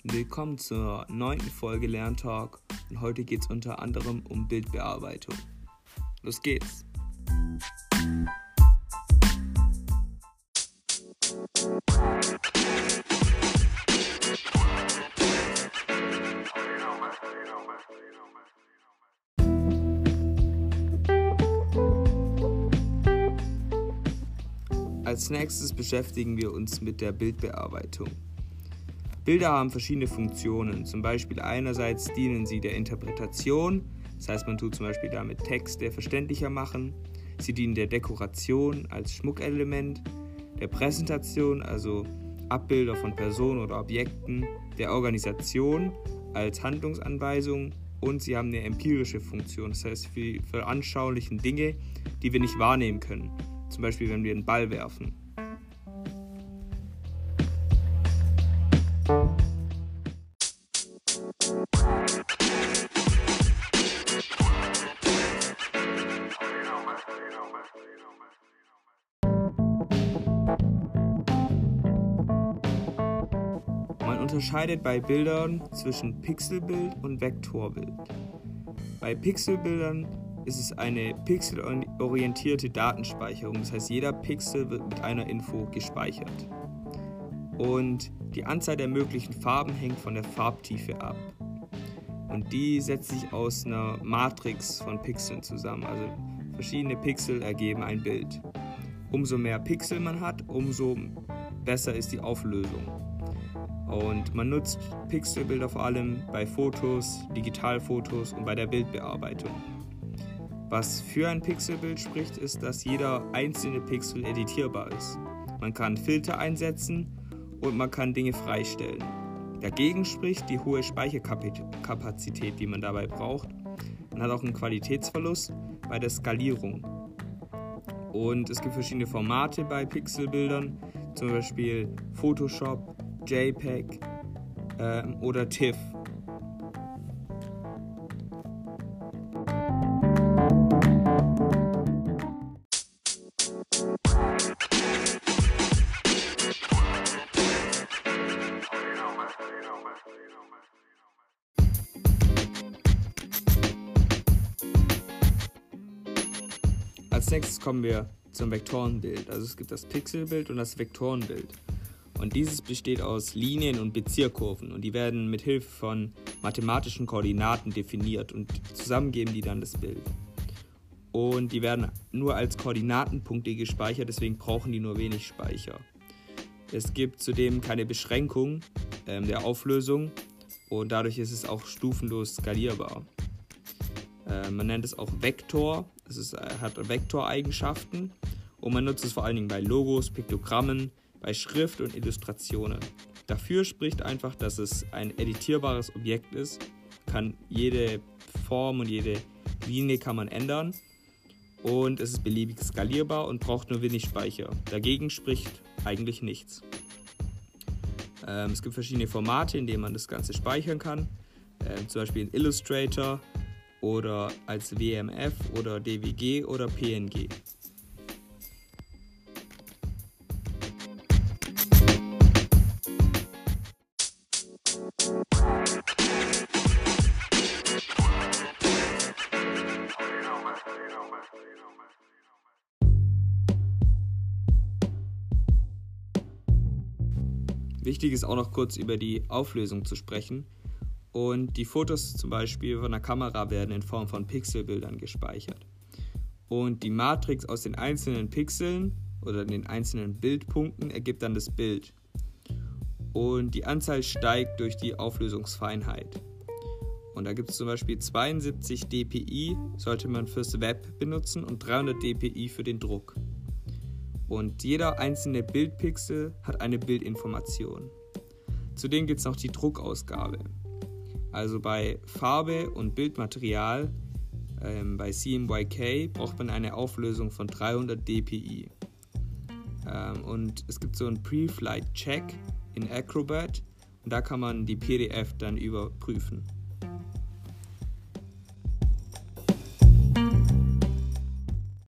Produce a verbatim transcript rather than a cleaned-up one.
Willkommen zur neunten Folge Lerntalk und heute geht es unter anderem um Bildbearbeitung. Los geht's! Als nächstes beschäftigen wir uns mit der Bildbearbeitung. Bilder haben verschiedene Funktionen, zum Beispiel einerseits dienen sie der Interpretation, das heißt man tut zum Beispiel damit Texte verständlicher machen, sie dienen der Dekoration als Schmuckelement, der Präsentation, also Abbilder von Personen oder Objekten, der Organisation als Handlungsanweisung und sie haben eine empirische Funktion, das heißt für veranschaulichen Dinge, die wir nicht wahrnehmen können, zum Beispiel wenn wir einen Ball werfen. Man unterscheidet bei Bildern zwischen Pixelbild und Vektorbild. Bei Pixelbildern ist es eine pixelorientierte Datenspeicherung, das heißt jeder Pixel wird mit einer Info gespeichert. Und die Anzahl der möglichen Farben hängt von der Farbtiefe ab. Und die setzt sich aus einer Matrix von Pixeln zusammen, also verschiedene Pixel ergeben ein Bild. Umso mehr Pixel man hat, umso besser ist die Auflösung. Und man nutzt Pixelbilder vor allem bei Fotos, Digitalfotos und bei der Bildbearbeitung. Was für ein Pixelbild spricht, ist, dass jeder einzelne Pixel editierbar ist. Man kann Filter einsetzen und man kann Dinge freistellen. Dagegen spricht die hohe Speicherkapazität, die man dabei braucht. Man hat auch einen Qualitätsverlust bei der Skalierung. Und es gibt verschiedene Formate bei Pixelbildern, zum Beispiel Photoshop, JPEG äh, oder TIFF. Als nächstes kommen wir zum Vektorenbild. Also es gibt das Pixelbild und das Vektorenbild. Und dieses besteht aus Linien und Bezirkurven und die werden mit Hilfe von mathematischen Koordinaten definiert und zusammen geben die dann das Bild. Und die werden nur als Koordinatenpunkte gespeichert, deswegen brauchen die nur wenig Speicher. Es gibt zudem keine Beschränkung äh, der Auflösung und dadurch ist es auch stufenlos skalierbar. Äh, man nennt es auch Vektor, es ist, äh, hat Vektoreigenschaften und man nutzt es vor allen Dingen bei Logos, Piktogrammen, bei Schrift und Illustrationen. Dafür spricht einfach, dass es ein editierbares Objekt ist, kann jede Form und jede Linie kann man ändern und es ist beliebig skalierbar und braucht nur wenig Speicher. Dagegen spricht eigentlich nichts. Ähm, es gibt verschiedene Formate, in denen man das Ganze speichern kann, ähm, zum Beispiel in Illustrator oder als W M F oder D W G oder P N G. Wichtig ist auch noch kurz über die Auflösung zu sprechen. Und die Fotos zum Beispiel von der Kamera werden in Form von Pixelbildern gespeichert. Und die Matrix aus den einzelnen Pixeln oder den einzelnen Bildpunkten ergibt dann das Bild. Und die Anzahl steigt durch die Auflösungsfeinheit. Und da gibt es zum Beispiel zweiundsiebzig dpi, sollte man fürs Web benutzen und dreihundert dpi für den Druck. Und jeder einzelne Bildpixel hat eine Bildinformation. Zudem gibt es noch die Druckausgabe. Also bei Farbe und Bildmaterial, ähm, bei C M Y K, braucht man eine Auflösung von dreihundert dpi. Ähm, und es gibt so einen Pre-Flight Check in Acrobat und da kann man die P D F dann überprüfen.